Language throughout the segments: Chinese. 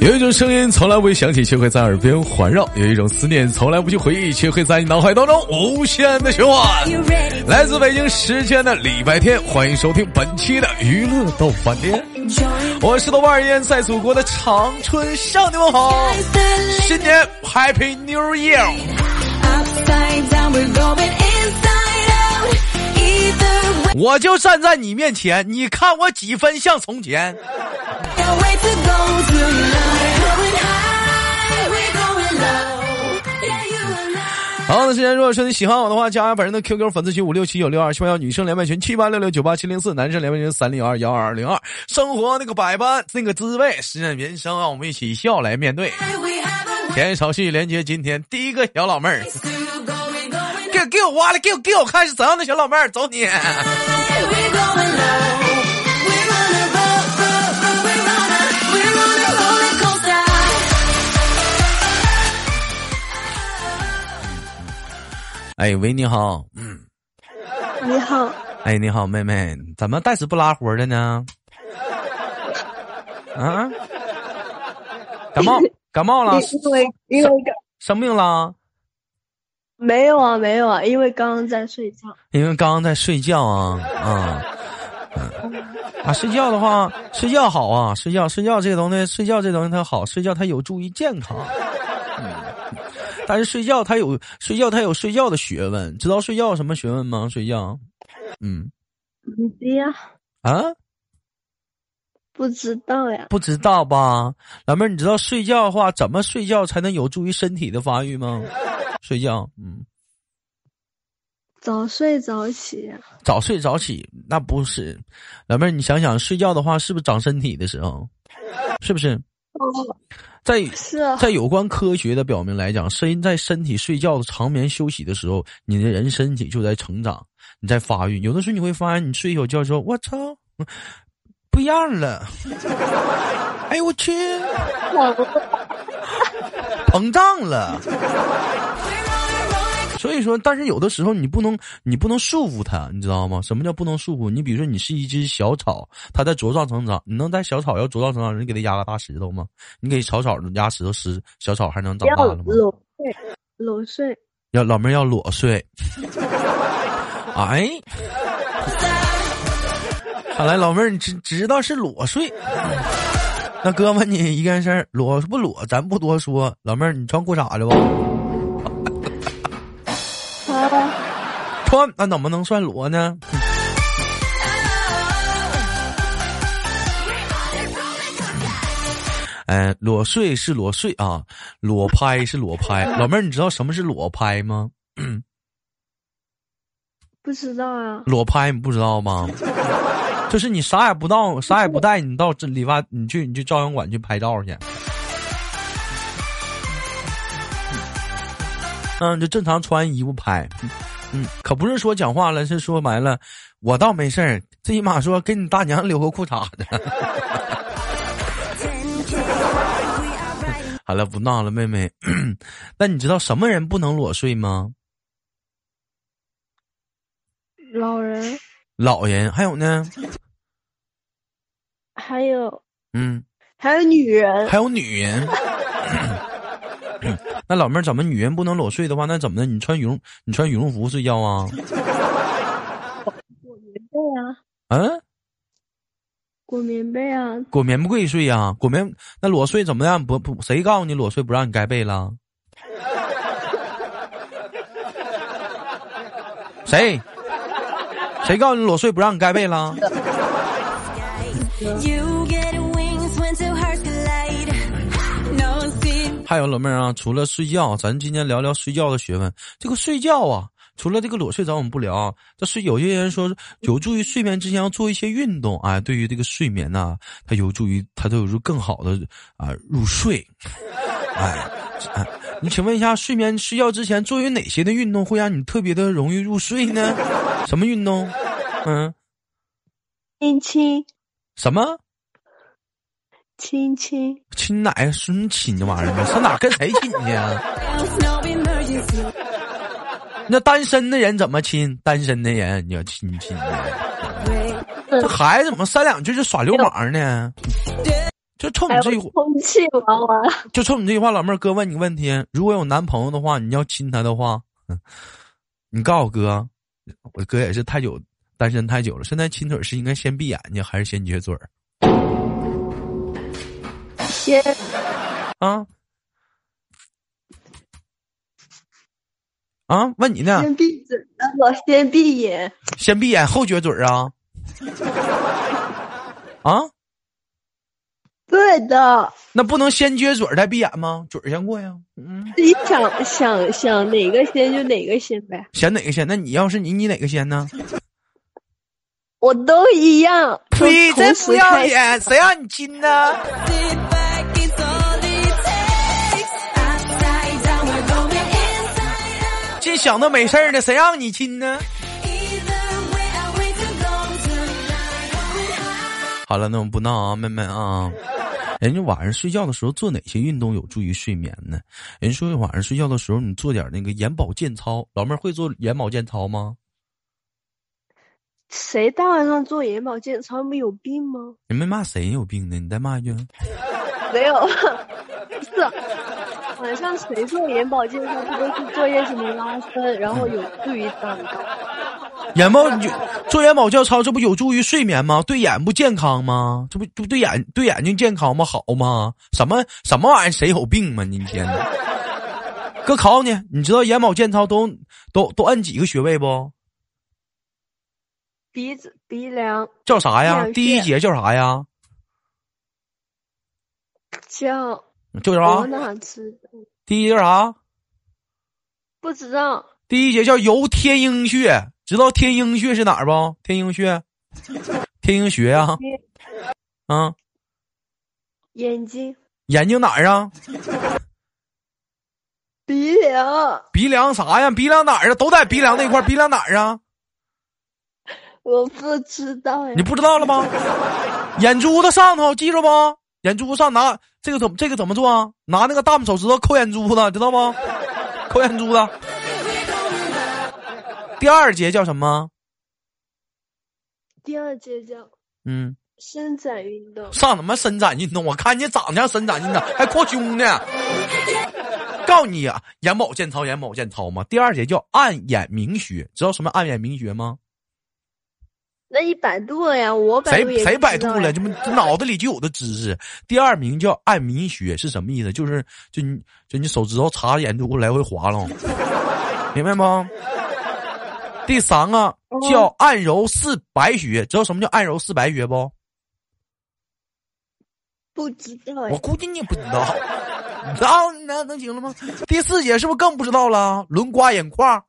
有一种声音从来不会响起，却会在耳边环绕；有一种思念从来不去回忆，却会在你脑海当中无限的循环。来自北京时间的礼拜天，欢迎收听本期的娱乐逗饭店，我是豆瓣烟在祖国的长春向你们好，新年 Happy New Year。我就站在你面前，你看我几分像从前。好的时间，如果说你喜欢我的话，加本人的 QQ 粉丝群567962781，女生连麦群7866987404，男生连麦群3021202。生活那个百般那个滋味，实验人生，让我们一起笑来面对。前少戏连接今天第一个小老妹儿，给我挖了，给我看是怎样的小老妹儿，走你！哎喂，你好。 你好。 哎，你好，妹妹，怎么带死不拉活的呢？啊？感冒了？ 因为生病了？ 没有啊，因为刚刚在睡觉。 睡觉睡觉的话，睡觉好啊，睡觉这个东西它好，睡觉它有助于健康。但是睡觉它有睡觉的学问，知道睡觉什么学问吗？睡觉， 不知道呀。 不知道吧？老妹儿，你知道睡觉的话，怎么睡觉才能有助于身体的发育吗？睡觉， 早睡早起。 早睡早起，那不是。老妹儿，你想想，睡觉的话，是不是长身体的时候？是不是？在有关科学的表明来讲，在身体睡觉的长眠休息的时候，你的人身体就在成长，你在发育。有的时候你会发现，你睡一宿觉说，我操，不一样了，哎呦我去，膨胀了。所以说，但是有的时候你不能束缚它，你知道吗？什么叫不能束缚？你比如说你是一只小草，它在茁壮成长，你能在小草要茁壮成长，你给它压个大石头吗？你给草压石头小草还能长大了吗？ 裸睡。 老妹儿要裸睡。哎，看来老妹儿你知道是裸睡。那哥问你一件事，裸不裸咱不多说，老妹儿你穿裤衩了吧？穿，那怎么能算裸呢？裸睡是裸睡啊，裸拍是裸拍。老妹儿，你知道什么是裸拍吗？ 不知道啊。 裸拍你不知道吗？就是你啥也不带，你到这理发，你去照相馆去拍照去。就正常穿衣服拍。可不是说讲话了，是说白了，我倒没事儿，最起码说给你大娘留个裤衩子。好了，不闹了，妹妹。那你知道什么人不能裸睡吗？老人，还有呢？ 还有女人。那老妹儿，怎么女人不能裸睡的话，那怎么的？你穿羽绒服睡觉啊？ 裹棉被啊。裹棉被啊。 裹棉被睡啊？那裸睡怎么样？不，谁告诉你裸睡不让你盖被了？谁告诉你裸睡不让你盖被了？还有老妹儿啊，除了睡觉，咱今天聊聊睡觉的学问。这个睡觉啊，除了这个裸睡咱我们不聊，有些人说有助于睡眠之前要做一些运动啊，对于这个睡眠呐，它都有助于更好的入睡。你请问一下，睡觉之前做有哪些的运动会让你特别的容易入睡呢？什么运动？ 亲。 什么？ 亲哪呀？说你亲这玩意儿吗？上哪跟谁亲去啊？那单身的人怎么亲？单身的人你要亲的。这孩子怎么3-2句就耍流氓呢？ 就冲你这句话， 充气娃娃， 就冲你这句话，老妹儿，哥问你个问题：如果有男朋友的话，你要亲他的话，你告诉哥，我哥也是单身太久了，现在亲嘴是应该先闭眼睛还是先撅嘴儿？ 先问你呢？ 先闭嘴，我先闭眼， 先闭眼后撅嘴儿啊？ 对的。 那不能先撅嘴儿再闭眼吗？嘴儿先过呀。 自己想哪个先就哪个先呗。 选哪个先？那你要是你哪个先呢？ 我都一样。 呸！真不要脸，谁让你亲呢？净想到没事儿呢，谁让你亲呢？好了，那我们不闹啊，妹妹啊。人家晚上睡觉的时候做哪些运动有助于睡眠呢？人说晚上睡觉的时候你做点那个眼保健操，老妹儿会做眼保健操吗？ 谁大晚上做眼保健操没有病吗？ 你没骂谁有病呢？你再骂一句。 没有，不是晚上谁做眼保健操不都是做些什么拉伸，然后有助于长高。 做眼保健操，这不有助于睡眠吗？对眼不健康吗？这不对眼睛健康吗？好吗？什么玩意儿？谁有病吗？你天哪！哥考考你，你知道眼保健操都按几个穴位不？ 鼻子、鼻梁叫啥呀？第一节叫啥呀？ 叫啥？ 我哪知道？ 第一节叫啥？ 不知道。 第一节叫游天鹰穴，知道天鹰穴是哪儿不？天鹰穴，天鹰穴呀。 眼睛哪儿啊？ 鼻梁。 鼻梁啥呀？鼻梁哪儿啊？都在鼻梁那块，鼻梁哪儿啊？ 我不知道呀。 你不知道了吗？眼珠子上头，记住不？眼珠子上拿这个怎么做啊？拿那个大拇手指头抠眼珠子，知道不？抠眼珠子。第二节叫什么？ 第二节叫伸展运动。 上什么伸展运动？我看你长得像伸展运动，还扩胸呢。告诉你啊，眼保健操嘛。第二节叫按眼明穴，知道什么按眼明穴吗？ 那你百度了呀，我百度也谁百度了？这脑子里就有的知识。第二名叫按明穴是什么意思？就你手指头插眼珠来回划弄，明白吗？第三个叫按揉四白穴，知道什么叫按揉四白穴不？ 不知道呀。 我估计你也不知道。你知道能行了吗？第四节是不是更不知道了？轮刮眼眶。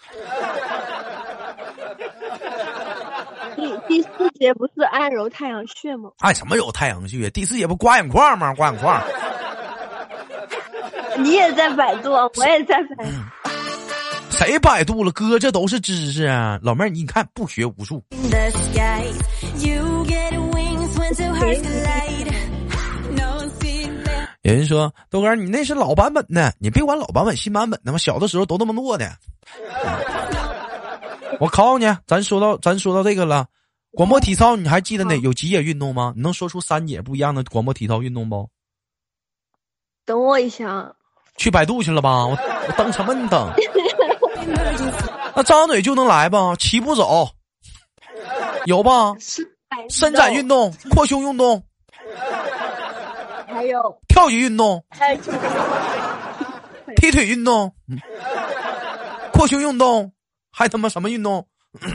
第四节不是按揉太阳穴吗？ 按什么揉太阳穴？第四节不刮眼眶吗？刮眼眶。 你也在百度，我也在百度。 谁百度了？哥，这都是知识啊！老妹儿，你看不学无术。有人说豆哥你那是老版本的，你别管老版本新版本的嘛，小的时候都那么做的。我考考你，咱说到这个了，广播体操你还记得有几节运动吗？你能说出3节不一样的广播体操运动不？ 等我一下， 去百度去了吧？我等什么？你等？那张嘴就能来吧？齐步走，有吧？伸展运动、扩胸运动， 还有跳级运动，踢腿运动，扩胸运动，还他妈什么运动？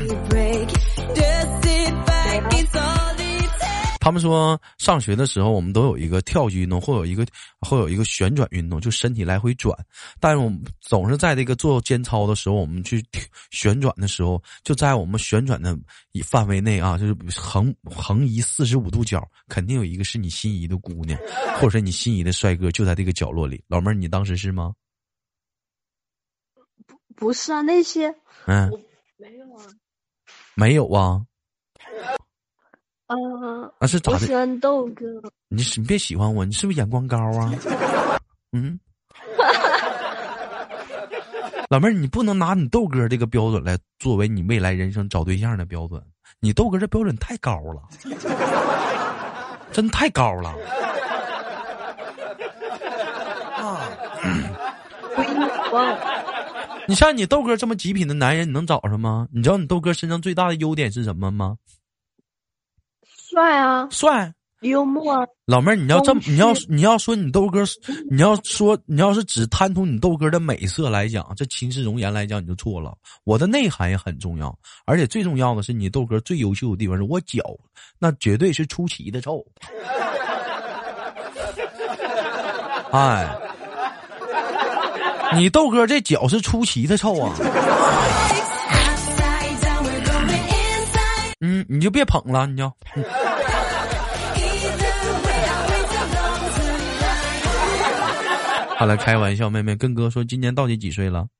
他们说上学的时候我们都有一个跳级运动，会有一个旋转运动，就身体来回转。但是我们总是在这个做肩操的时候，我们去旋转的时候，就在我们旋转的范围内啊，就是横移45度角，肯定有一个是你心仪的姑娘，或者是你心仪的帅哥，就在这个角落里。老妹儿，你当时是吗？ 不是啊，那些没有啊， 没有啊。是咋的？ 我喜欢豆哥。 你别喜欢我，你是不是眼光高啊？老妹儿，你不能拿你豆哥这个标准来作为你未来人生找对象的标准，你豆哥这标准太高了，真太高了。 惯了。 你像你豆哥这么极品的男人，你能找上吗？你知道你豆哥身上最大的优点是什么吗？ 帅啊， 帅。 幽默啊。 老妹儿，你要这么，你要说你豆哥，你要是只贪图你豆哥的美色来讲，这秦氏容颜来讲你就错了。我的内涵也很重要，而且最重要的是你豆哥最优秀的地方是我脚，那绝对是出奇的臭。哎，你豆哥这脚是出奇的臭啊！你就别捧了，你就。好了，开玩笑，妹妹跟哥说，今年到底几岁了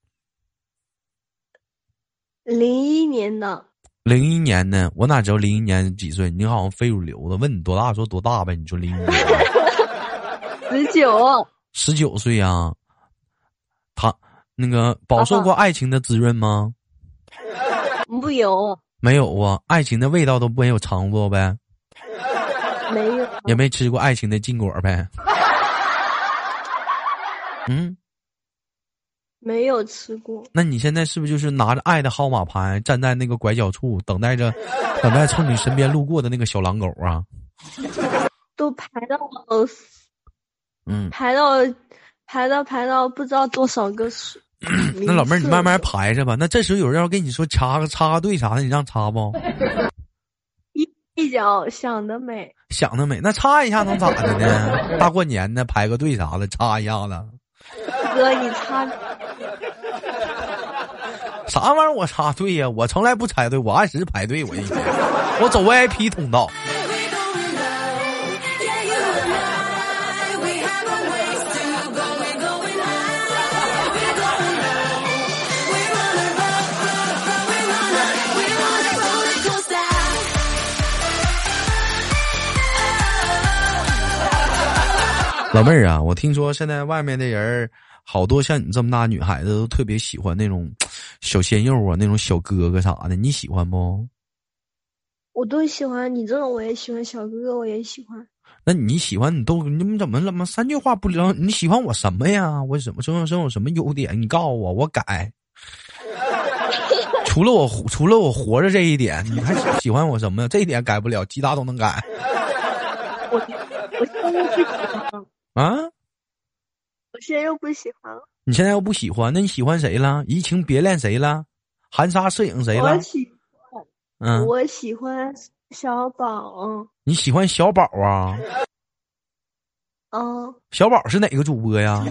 ？01年的。 01年呢？我哪知道01年几岁？你好像非主流的，问你多大说多大呗？你说01年。19岁啊。他那个饱受过爱情的滋润吗？ 不有。 没有啊，爱情的味道都没有尝过呗？ 没有。 也没吃过爱情的禁果呗？ 没有吃过。 那你现在是不是就是拿着爱的号码牌站在那个拐角处，等待从你身边路过的那个小狼狗啊？ 都排到排到不知道多少个数。 那老妹儿你慢慢排着吧。那这时候有人要跟你说插个队啥的，你让插不？ 一脚想得美。 那插一下能咋的呢？大过年的排个队啥的，插一下子。 哥，你插啥玩意儿？我插队呀！我从来不排队，我按时排队。我走 VIP 通道。老妹儿啊，我听说现在外面的人好多像你这么大女孩子都特别喜欢那种小鲜肉啊，那种小哥哥啥的，你喜欢不？ 我都喜欢，你这种我也喜欢，小哥哥我也喜欢。 那你喜欢你怎么三句话不聊？你喜欢我什么呀？我什么身上有什么优点？你告诉我，我改。除了我活着这一点，你还喜欢我什么呀？这一点改不了，其他都能改。 我现在不喜欢啊！ 我现在又不喜欢了。 你现在又不喜欢，那你喜欢谁了？移情别恋谁了？含沙射影谁了？ 我喜欢小宝。 你喜欢小宝啊？小宝是哪个主播呀？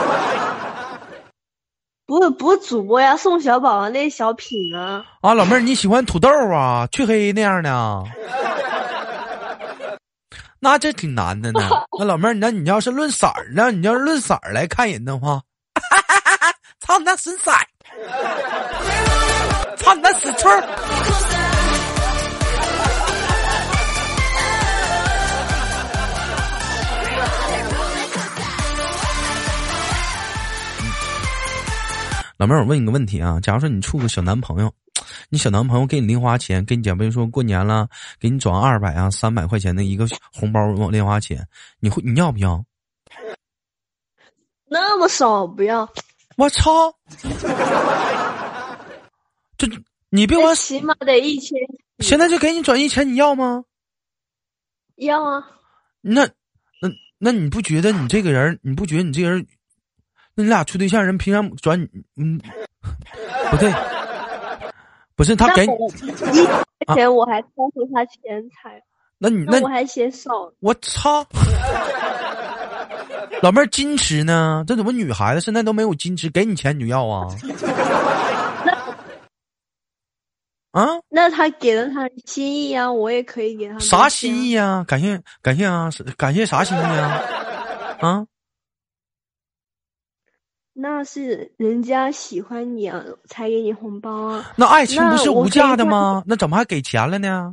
不是主播呀，宋小宝啊，那小品啊。 啊，老妹儿，你喜欢土豆啊？黢黑那样的？那这挺难的呢。那老妹儿，那你要是论色儿呢？你要是论色儿来看人的话，操你那损色儿，操你那死村儿。老妹儿，我问你个问题啊，假如说你处个小男朋友，你小男朋友给你零花钱，给你比如说过年了，给你转200啊300块钱的一个红包零花钱，你要不要？ 那么少不要。 我操！这你别管， 起码得1000。 现在就给你转1000，你要吗？ 要啊。 那你不觉得你这个人，那你俩处对象人平常转不对，不是他给你 1钱我还超出他钱财，那我还嫌少。 我操！老妹儿矜持呢？这怎么女孩子现在都没有矜持？给你钱你就要啊？ 那他给了他心意啊，我也可以给他。 啥心意啊？感谢啊！感谢啥心意啊？啊？ 那是人家喜欢你啊，才给你红包啊。 那爱情不是无价的吗？那怎么还给钱了呢？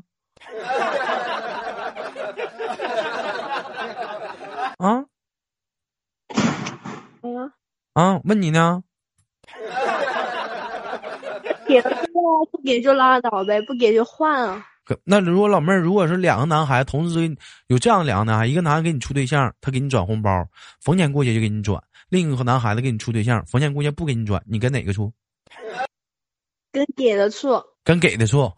问你呢？ 给了不给就拉倒呗，不给就换啊。 那如果老妹儿，如果是2个男孩同时有这样2个男孩，一个男孩给你处对象，他给你转红包，逢年过节就给你转； 另一个男孩子给你处对象，逢年过节不给你转，你跟哪个处？ 跟给的处。 跟给的处。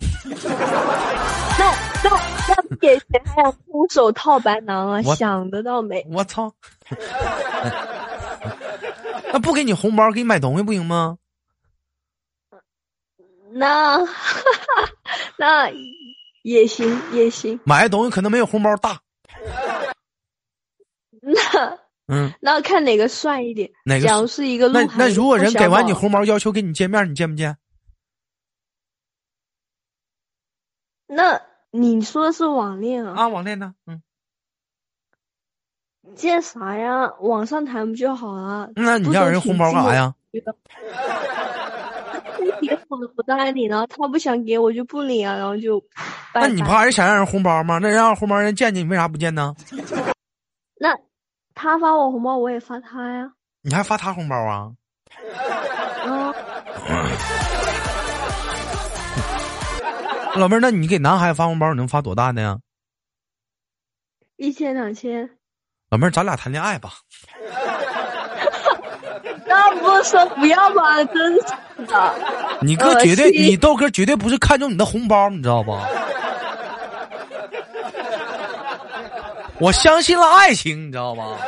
那给谁还要空手套白狼啊？想得到没？ 我操！那不给你红包，给你买东西不行吗？ 那也行。 买的东西可能没有红包大。 那看哪个帅一点。 哪个？ 假如是一个那如果人给完你红包，要求跟你见面，你见不见？ 那你说的是网恋啊？ 啊，网恋呢？ 见啥呀？网上谈不就好了？ 那你要人红包干啥呀？ 不搭理呢，他不想给我就不领啊，然后就拜拜。 那你不还是想让人红包吗？那让红包人见你为啥不见呢？ 那他发我红包，我也发他呀。 你还发他红包啊？老妹儿，那你给男孩子发红包，你能发多大的呀 ？1000、2000。 老妹儿，咱俩谈恋爱吧。 那不说不要吧，真是的。 你哥绝对，你豆哥绝对不是看中你的红包，你知道吧？我相信了爱情，你知道吗？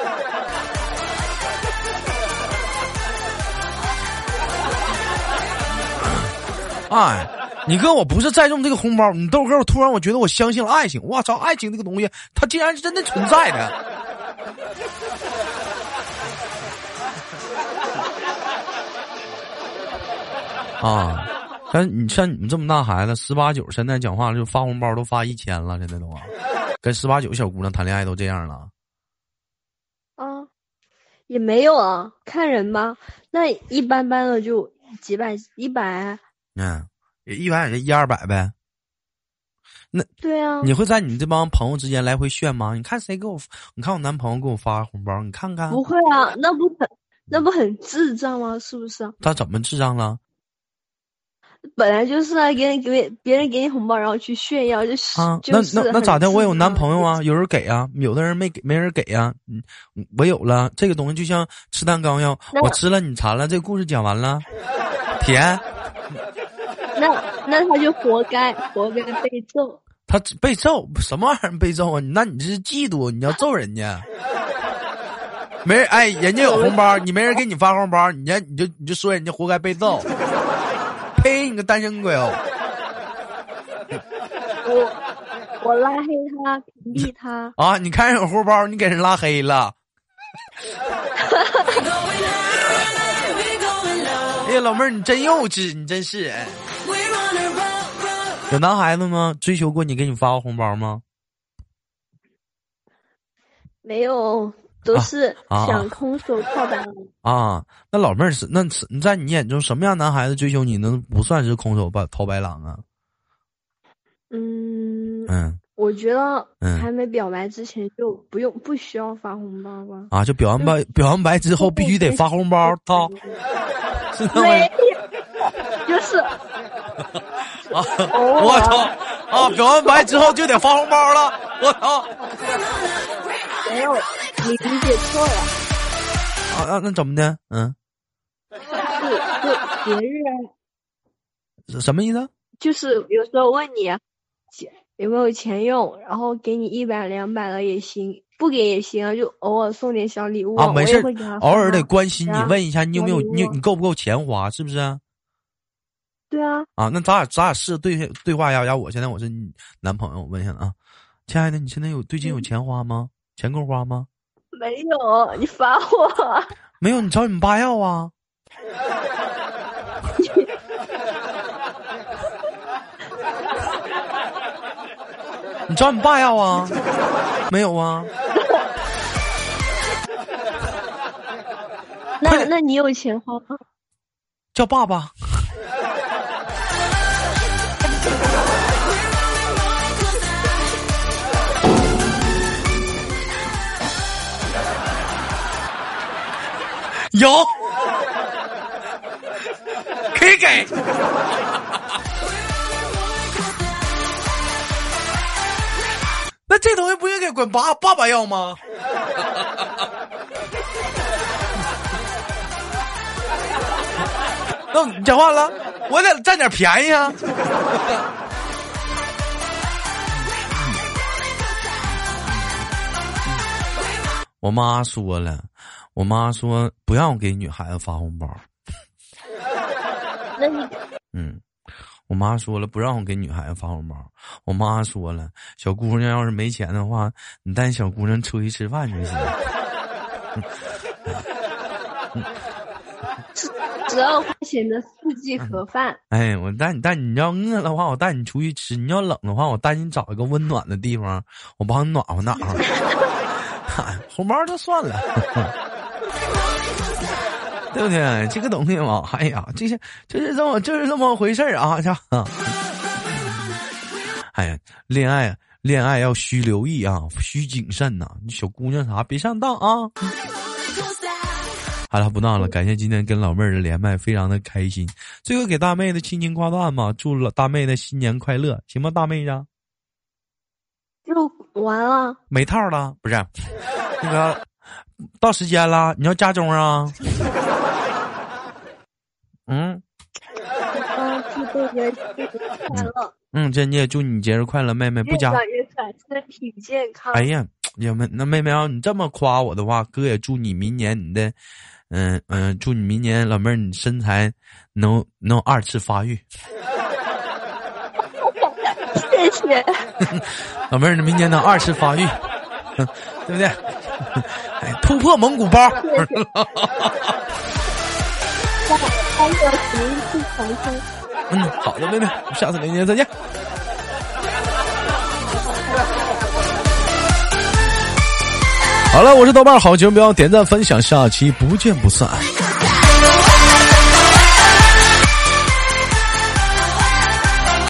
哎，你哥我不是在重这个红包，你豆哥我突然我觉得我相信了爱情。我操，爱情这个东西，它竟然是真的存在的。啊，像你们这么大孩子，18、19，现在讲话就发红包都发1000了，现在都跟18、19小姑娘谈恋爱都这样了。 啊，也没有啊，看人吧。那一般般的就几百、100。 也100也100-200呗。那对啊， 你会在你这帮朋友之间来回炫吗？你看谁给我，你看我男朋友给我发红包，你看看。 不会啊，那不很智障吗？是不是？ 他怎么智障了？ 本来就是啊，别人给你红包，然后去炫耀，就是啊，那咋的？我有男朋友啊，有人给啊，有的人没人给啊。我有了这个东西，就像吃蛋糕一样，我吃了你馋了，这个故事讲完了，甜。 那他就活该被揍。 他被揍什么玩意儿被揍啊？那你这是嫉妒，你要揍人家。没人哎，人家有红包，你没人给你发红包，你就说人家活该被揍。呸！你个单身鬼哦！ 我拉黑他，屏蔽他啊！你看人有红包，你给人拉黑了。哎呀，老妹儿，你真幼稚，你真是。有男孩子吗？追求过你，给你发过红包吗？ 没有，都是想空手套白狼。 啊，那老妹儿是那你在你眼中什么样男孩子追求你能不算是空手套白狼啊？ 我觉得还没表白之前就不需要发红包吧？ 啊，就表完白之后必须得发红包，操！是那么就是啊，我操啊！表完白之后就得发红包了，我操！ 没有，你理解错了。 啊，那怎么的？ 就节日。 什么意思？ 就是有时候问你有没有钱用，然后给你100、200了也行，不给也行啊，就偶尔送点小礼物啊，没事，偶尔得关心你， 问一下你有没有你够不够钱花，是不是？ 对啊。 啊，那咱俩试对话呀，我现在我是你男朋友，我问一下啊，亲爱的，你现在最近有钱花吗？钱够花吗？ 没有，你罚我。 没有，你找你爸要啊。你找你爸要啊？没有啊？ 那你有钱花吗？ 叫爸爸。有，可以给。那这东西不应该管爸爸要吗？ 那你讲话了，我得占点便宜啊。我妈说了，我妈说不让我给女孩子发红包。 那你我妈说了不让我给女孩子发红包。我妈说了，小姑娘要是没钱的话，你带小姑娘出去吃饭就行。 12块钱的4季盒饭。 哎，我带你要饿的话，我带你出去吃；你要冷的话，我带你找一个温暖的地方，我帮你暖和暖和。红包就算了。对不对？这个东西嘛，哎呀，这是这么回事啊！哎呀，恋爱要需留意啊，需谨慎呐、小姑娘啥别上当啊！好了，不闹了，感谢今天跟老妹儿的连麦，非常的开心。最后给大妹的轻轻挂断嘛，祝大妹的新年快乐，行吗？大妹子， 就完了， 没套了，不是？那个到时间了，你要加钟啊？ 祝豆哥节日快乐。 这你也祝你节日快乐，妹妹不加。 越长越可爱，身体健康。 哎呀，那妹妹要你这么夸我的话，哥也祝你明年你的，祝你明年老妹儿你身材能2次发育。 谢谢。 老妹儿你明年能2次发育，对不对？哎，突破蒙古包。好的，妹妹，下次连接再见。好了，我是豆瓣，好节目不要点赞分享，下期不见不散。